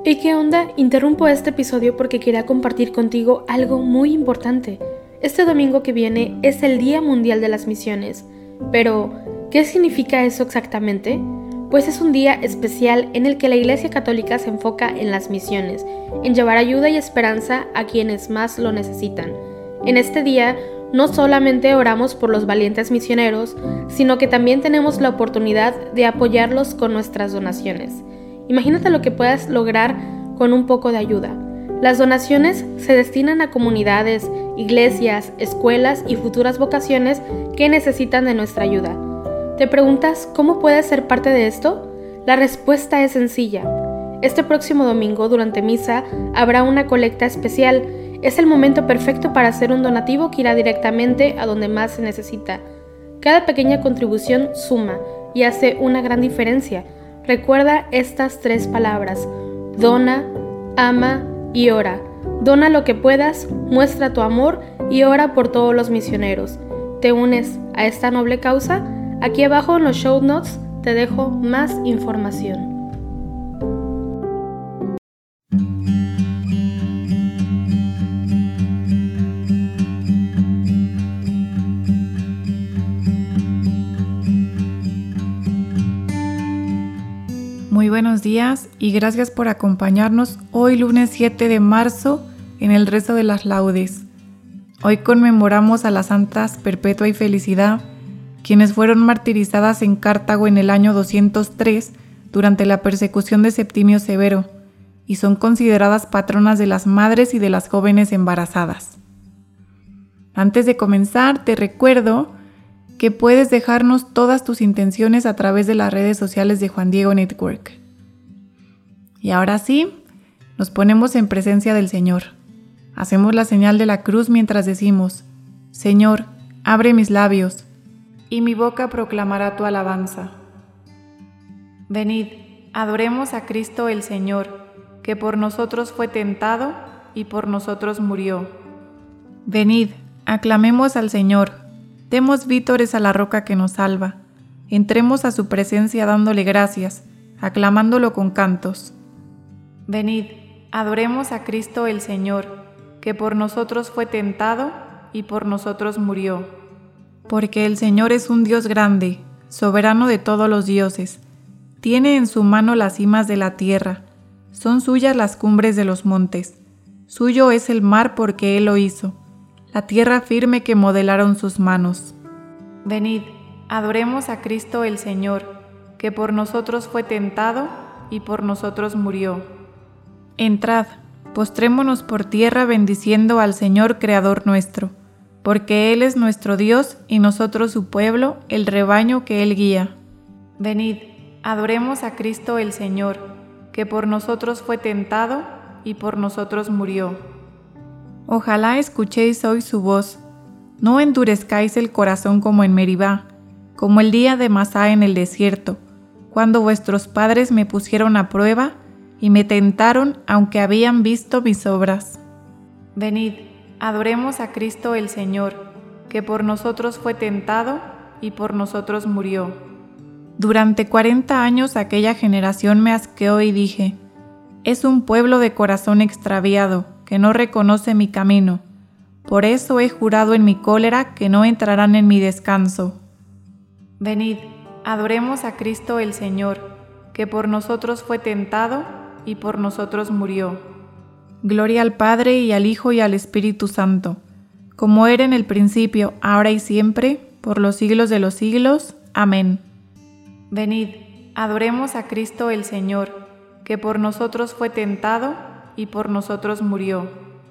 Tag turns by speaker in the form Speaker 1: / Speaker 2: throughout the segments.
Speaker 1: ¿Y qué onda? Interrumpo este episodio porque quería compartir contigo algo muy importante. Este domingo que viene es el Día Mundial de las Misiones. Pero, ¿qué significa eso exactamente? Pues es un día especial en el que la Iglesia Católica se enfoca en las misiones, en llevar ayuda y esperanza a quienes más lo necesitan. En este día, no solamente oramos por los valientes misioneros, sino que también tenemos la oportunidad de apoyarlos con nuestras donaciones. Imagínate lo que puedas lograr con un poco de ayuda. Las donaciones se destinan a comunidades, iglesias, escuelas y futuras vocaciones que necesitan de nuestra ayuda. ¿Te preguntas cómo puedes ser parte de esto? La respuesta es sencilla. Este próximo domingo, durante misa, habrá una colecta especial. Es el momento perfecto para hacer un donativo que irá directamente a donde más se necesita. Cada pequeña contribución suma y hace una gran diferencia. Recuerda estas 3 palabras: dona, ama y ora. Dona lo que puedas, muestra tu amor y ora por todos los misioneros. ¿Te unes a esta noble causa? Aquí abajo en los show notes te dejo más información.
Speaker 2: Muy buenos días y gracias por acompañarnos hoy lunes 7 de marzo en el rezo de las laudes. Hoy conmemoramos a las santas Perpetua y Felicidad, quienes fueron martirizadas en Cartago en el año 203 durante la persecución de Septimio Severo y son consideradas patronas de las madres y de las jóvenes embarazadas. Antes de comenzar, te recuerdo que puedes dejarnos todas tus intenciones a través de las redes sociales de Juan Diego Network. Y ahora sí, nos ponemos en presencia del Señor. Hacemos la señal de la cruz mientras decimos: Señor, abre mis labios, y mi boca proclamará tu alabanza. Venid, adoremos a Cristo el Señor, que por nosotros fue tentado y por nosotros murió. Venid, aclamemos al Señor. Demos vítores a la roca que nos salva. Entremos a su presencia dándole gracias, aclamándolo con cantos. Venid, adoremos a Cristo el Señor, que por nosotros fue tentado y por nosotros murió. Porque el Señor es un Dios grande, soberano de todos los dioses. Tiene en su mano las cimas de la tierra, son suyas las cumbres de los montes. Suyo es el mar porque Él lo hizo, la tierra firme que modelaron sus manos. Venid, adoremos a Cristo el Señor, que por nosotros fue tentado y por nosotros murió. Entrad, postrémonos por tierra bendiciendo al Señor Creador nuestro, porque Él es nuestro Dios y nosotros su pueblo, el rebaño que Él guía. Venid, adoremos a Cristo el Señor, que por nosotros fue tentado y por nosotros murió. Ojalá escuchéis hoy su voz, no endurezcáis el corazón como en Meribá, como el día de Masá en el desierto, cuando vuestros padres me pusieron a prueba y me tentaron aunque habían visto mis obras. Venid, adoremos a Cristo el Señor, que por nosotros fue tentado y por nosotros murió. Durante 40 años aquella generación me asqueó y dije: es un pueblo de corazón extraviado, que no reconoce mi camino. Por eso he jurado en mi cólera que no entrarán en mi descanso. Venid, adoremos a Cristo el Señor, que por nosotros fue tentado y por nosotros murió. Gloria al Padre y al Hijo y al Espíritu Santo, como era en el principio, ahora y siempre, por los siglos de los siglos. Amén. Venid, adoremos a Cristo el Señor, que por nosotros fue tentado y por nosotros murió.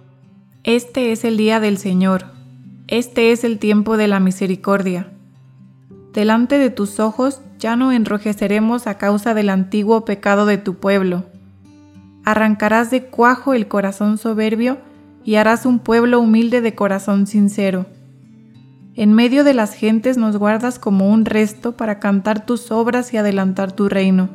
Speaker 2: Este es el día del Señor, este es el tiempo de la misericordia. Delante de tus ojos ya no enrojeceremos a causa del antiguo pecado de tu pueblo. Arrancarás de cuajo el corazón soberbio y harás un pueblo humilde de corazón sincero. En medio de las gentes nos guardas como un resto para cantar tus obras y adelantar tu reino.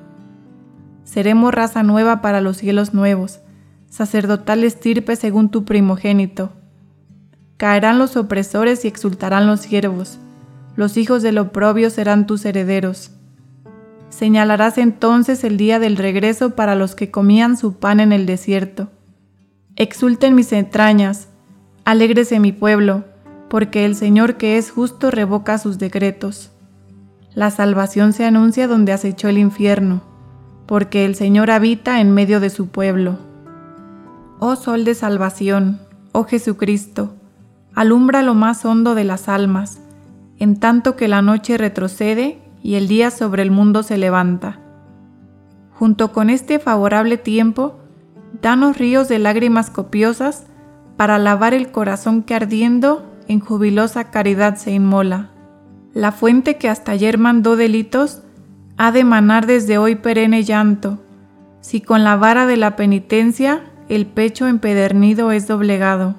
Speaker 2: Seremos raza nueva para los cielos nuevos, sacerdotal estirpe según tu primogénito. Caerán los opresores y exultarán los siervos. Los hijos del oprobio serán tus herederos. Señalarás entonces el día del regreso para los que comían su pan en el desierto. Exulten mis entrañas, alégrese mi pueblo, porque el Señor que es justo revoca sus decretos. La salvación se anuncia donde acechó el infierno, porque el Señor habita en medio de su pueblo. Oh Sol de salvación, oh Jesucristo, alumbra lo más hondo de las almas, en tanto que la noche retrocede y el día sobre el mundo se levanta. Junto con este favorable tiempo, danos ríos de lágrimas copiosas para lavar el corazón que ardiendo en jubilosa caridad se inmola. La fuente que hasta ayer mandó delitos ha de manar desde hoy perenne llanto, si con la vara de la penitencia el pecho empedernido es doblegado.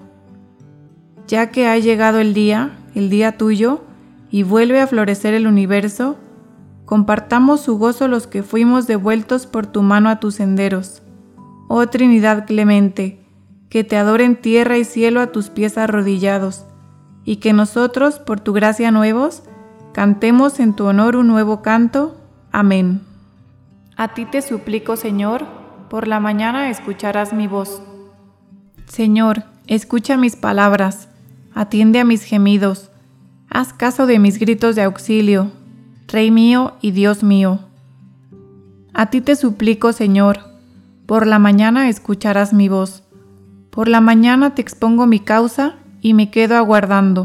Speaker 2: Ya que ha llegado el día tuyo, y vuelve a florecer el universo, compartamos su gozo los que fuimos devueltos por tu mano a tus senderos. Oh Trinidad clemente, que te adoren tierra y cielo a tus pies arrodillados, y que nosotros, por tu gracia nuevos, cantemos en tu honor un nuevo canto. Amén. A ti te suplico, Señor, por la mañana escucharás mi voz. Señor, escucha mis palabras, atiende a mis gemidos, haz caso de mis gritos de auxilio, Rey mío y Dios mío. A ti te suplico, Señor, por la mañana escucharás mi voz, por la mañana te expongo mi causa y me quedo aguardando.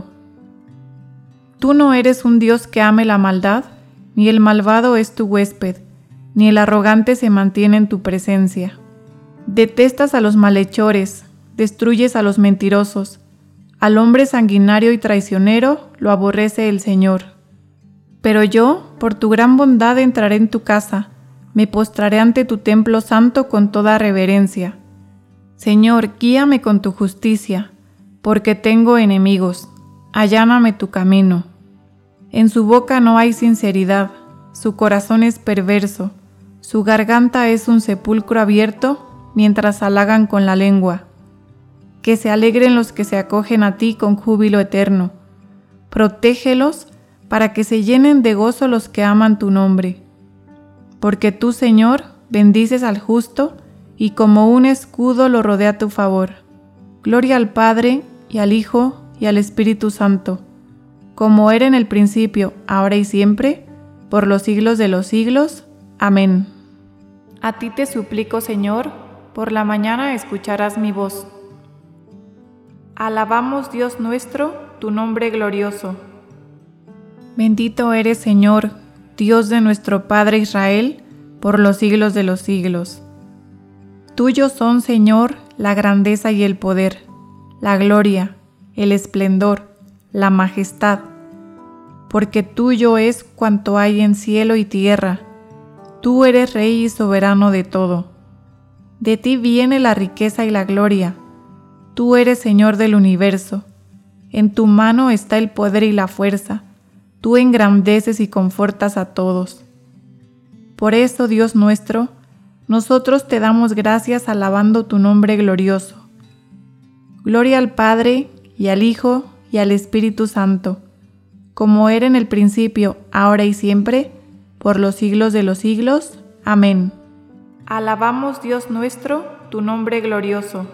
Speaker 2: Tú no eres un Dios que ame la maldad, ni el malvado es tu huésped, ni el arrogante se mantiene en tu presencia. Detestas a los malhechores, destruyes a los mentirosos, al hombre sanguinario y traicionero lo aborrece el Señor. Pero yo, por tu gran bondad, entraré en tu casa, me postraré ante tu templo santo con toda reverencia. Señor, guíame con tu justicia, porque tengo enemigos, alláname tu camino. En su boca no hay sinceridad, su corazón es perverso, su garganta es un sepulcro abierto, mientras halagan con la lengua. Que se alegren los que se acogen a ti con júbilo eterno. Protégelos para que se llenen de gozo los que aman tu nombre. Porque tú, Señor, bendices al justo, y como un escudo lo rodea a tu favor. Gloria al Padre, y al Hijo, y al Espíritu Santo, como era en el principio, ahora y siempre, por los siglos de los siglos. Amén. A ti te suplico, Señor, por la mañana escucharás mi voz. Alabamos, Dios nuestro, tu nombre glorioso. Bendito eres, Señor, Dios de nuestro Padre Israel, por los siglos de los siglos. Tuyos son, Señor, la grandeza y el poder, la gloria, el esplendor, la majestad, porque tuyo es cuanto hay en cielo y tierra. Tú eres Rey y soberano de todo. De ti viene la riqueza y la gloria. Tú eres Señor del universo. En tu mano está el poder y la fuerza. Tú engrandeces y confortas a todos. Por eso, Dios nuestro, nosotros te damos gracias alabando tu nombre glorioso. Gloria al Padre, y al Hijo, y al Espíritu Santo, como era en el principio, ahora y siempre, por los siglos de los siglos. Amén. Alabamos, Dios nuestro, tu nombre glorioso.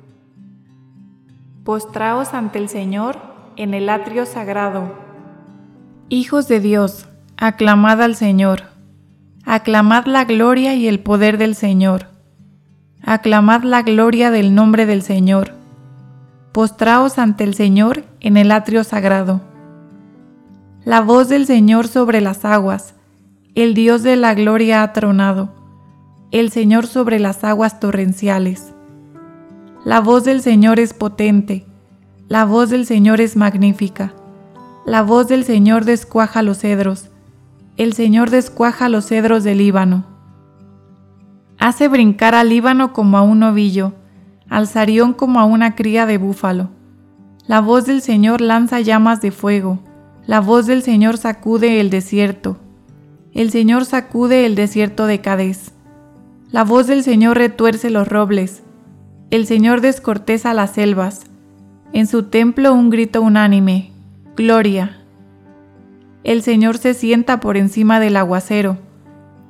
Speaker 2: Postraos ante el Señor en el atrio sagrado. Hijos de Dios, aclamad al Señor. Aclamad la gloria y el poder del Señor. Aclamad la gloria del nombre del Señor. Postraos ante el Señor en el atrio sagrado. La voz del Señor sobre las aguas, el Dios de la gloria ha tronado, el Señor sobre las aguas torrenciales. La voz del Señor es potente, la voz del Señor es magnífica, la voz del Señor descuaja los cedros, el Señor descuaja los cedros del Líbano. Hace brincar al Líbano como a un novillo, al Sarión como a una cría de búfalo. La voz del Señor lanza llamas de fuego, la voz del Señor sacude el desierto. El Señor sacude el desierto de Cadés. La voz del Señor retuerce los robles, el Señor descorteza las selvas. En su templo un grito unánime, gloria. El Señor se sienta por encima del aguacero,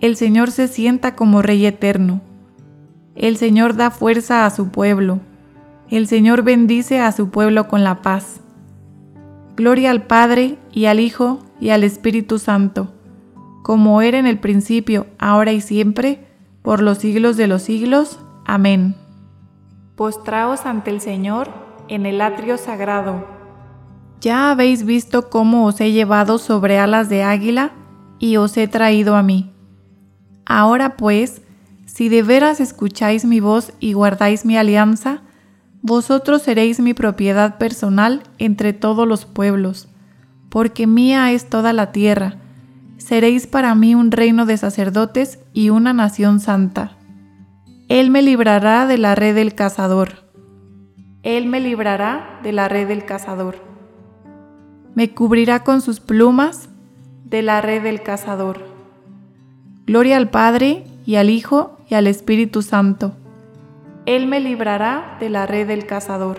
Speaker 2: El Señor se sienta como Rey eterno. El Señor da fuerza a su pueblo. El Señor bendice a su pueblo con la paz. Gloria al Padre, y al Hijo, y al Espíritu Santo, como era en el principio, ahora y siempre, por los siglos de los siglos. Amén. Postraos ante el Señor en el atrio sagrado. Ya habéis visto cómo os he llevado sobre alas de águila y os he traído a mí. Ahora pues, si de veras escucháis mi voz y guardáis mi alianza, vosotros seréis mi propiedad personal entre todos los pueblos, porque mía es toda la tierra. Seréis para mí un reino de sacerdotes y una nación santa. Él me librará de la red del cazador. Él me librará de la red del cazador. Me cubrirá con sus plumas de la red del cazador. Gloria al Padre, y al Hijo, y al Espíritu Santo. Él me librará de la red del cazador.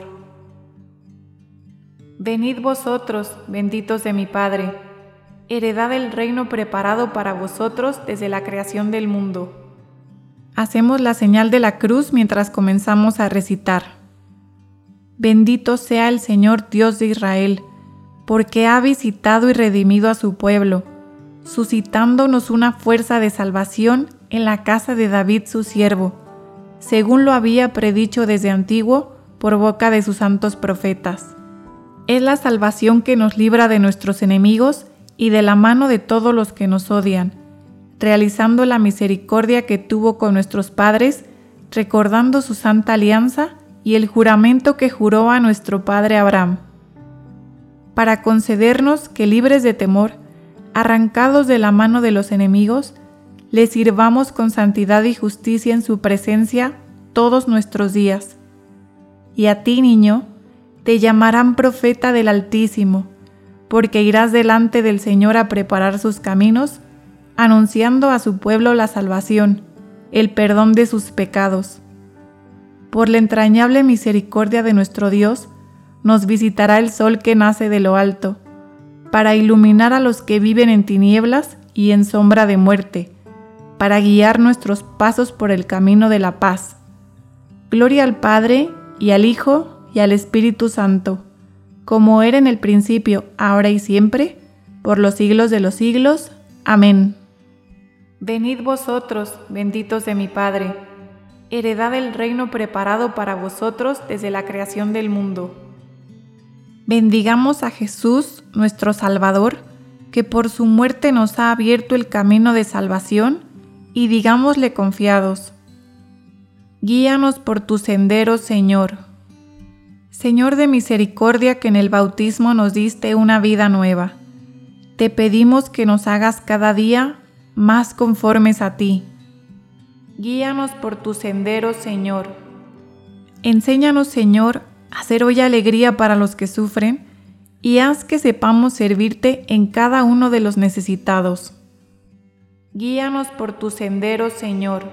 Speaker 2: Venid vosotros, benditos de mi Padre, heredad del reino preparado para vosotros desde la creación del mundo. Hacemos la señal de la cruz mientras comenzamos a recitar. Bendito sea el Señor Dios de Israel, porque ha visitado y redimido a su pueblo, suscitándonos una fuerza de salvación en la casa de David su siervo, según lo había predicho desde antiguo por boca de sus santos profetas. Es la salvación que nos libra de nuestros enemigos y de la mano de todos los que nos odian, realizando la misericordia que tuvo con nuestros padres, recordando su santa alianza y el juramento que juró a nuestro padre Abraham, para concedernos que, libres de temor, arrancados de la mano de los enemigos, le sirvamos con santidad y justicia en su presencia todos nuestros días. Y a ti, niño, te llamarán profeta del Altísimo, porque irás delante del Señor a preparar sus caminos, anunciando a su pueblo la salvación, el perdón de sus pecados. Por la entrañable misericordia de nuestro Dios, nos visitará el sol que nace de lo alto, para iluminar a los que viven en tinieblas y en sombra de muerte, para guiar nuestros pasos por el camino de la paz. Gloria al Padre, y al Hijo, y al Espíritu Santo, como era en el principio, ahora y siempre, por los siglos de los siglos. Amén. Venid vosotros, benditos de mi Padre, heredad del reino preparado para vosotros desde la creación del mundo. Bendigamos a Jesús, nuestro Salvador, que por su muerte nos ha abierto el camino de salvación, y digámosle confiados: guíanos por tus senderos, Señor. Señor de misericordia, que en el bautismo nos diste una vida nueva, te pedimos que nos hagas cada día más conformes a ti. Guíanos por tus senderos, Señor. Enséñanos, Señor, a ser hoy alegría para los que sufren, y haz que sepamos servirte en cada uno de los necesitados. Guíanos por tus senderos, Señor.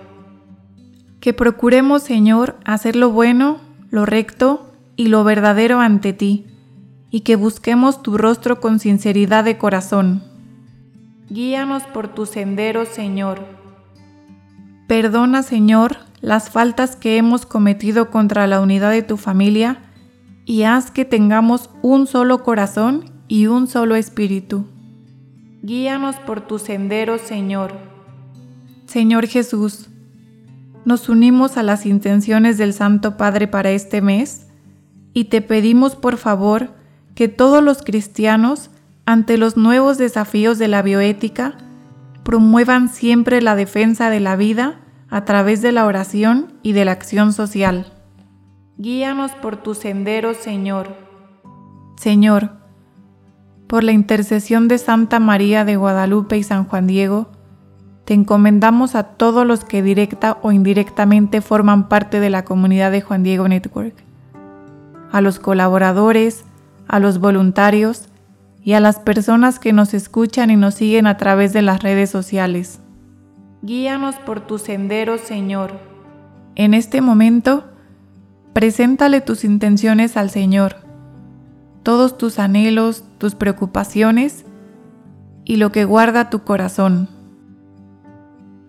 Speaker 2: Que procuremos, Señor, hacer lo bueno, lo recto y lo verdadero ante ti, y que busquemos tu rostro con sinceridad de corazón. Guíanos por tus senderos, Señor. Perdona, Señor, las faltas que hemos cometido contra la unidad de tu familia, y haz que tengamos un solo corazón y un solo espíritu. Guíanos por tus senderos, Señor. Señor Jesús, nos unimos a las intenciones del Santo Padre para este mes, y te pedimos por favor que todos los cristianos, ante los nuevos desafíos de la bioética, promuevan siempre la defensa de la vida a través de la oración y de la acción social. Guíanos por tus senderos, Señor. Señor, por la intercesión de Santa María de Guadalupe y San Juan Diego, te encomendamos a todos los que directa o indirectamente forman parte de la comunidad de Juan Diego Network, a los colaboradores, a los voluntarios y a las personas que nos escuchan y nos siguen a través de las redes sociales. Guíanos por tus senderos, Señor. En este momento, preséntale tus intenciones al Señor, todos tus anhelos, tus preocupaciones y lo que guarda tu corazón.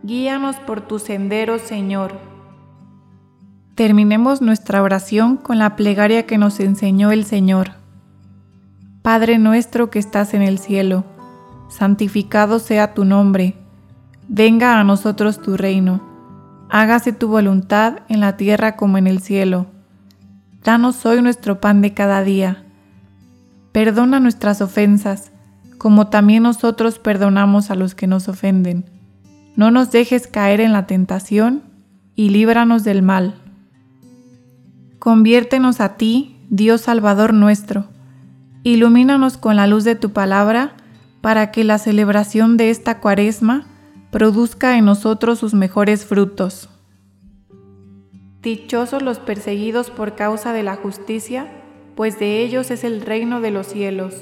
Speaker 2: Guíanos por tus senderos, Señor. Terminemos nuestra oración con la plegaria que nos enseñó el Señor. Padre nuestro que estás en el cielo, santificado sea tu nombre. Venga a nosotros tu reino. Hágase tu voluntad en la tierra como en el cielo. Danos hoy nuestro pan de cada día. Perdona nuestras ofensas, como también nosotros perdonamos a los que nos ofenden. No nos dejes caer en la tentación y líbranos del mal. Conviértenos a ti, Dios Salvador nuestro. Ilumínanos con la luz de tu palabra para que la celebración de esta Cuaresma produzca en nosotros sus mejores frutos. Dichosos los perseguidos por causa de la justicia, pues de ellos es el reino de los cielos.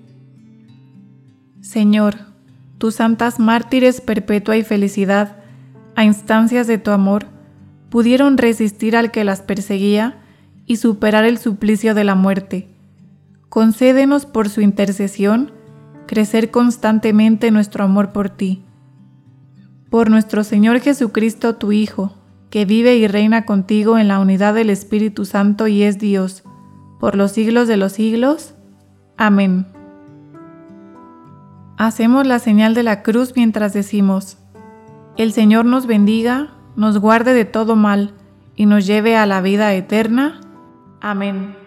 Speaker 2: Señor, tus santas mártires perpetua y felicidad, a instancias de tu amor, pudieron resistir al que las perseguía y superar el suplicio de la muerte. Concédenos por su intercesión crecer constantemente nuestro amor por ti. Por nuestro Señor Jesucristo, tu Hijo, que vive y reina contigo en la unidad del Espíritu Santo y es Dios, por los siglos de los siglos. Amén. Hacemos la señal de la cruz mientras decimos: El Señor nos bendiga, nos guarde de todo mal y nos lleve a la vida eterna. Amén.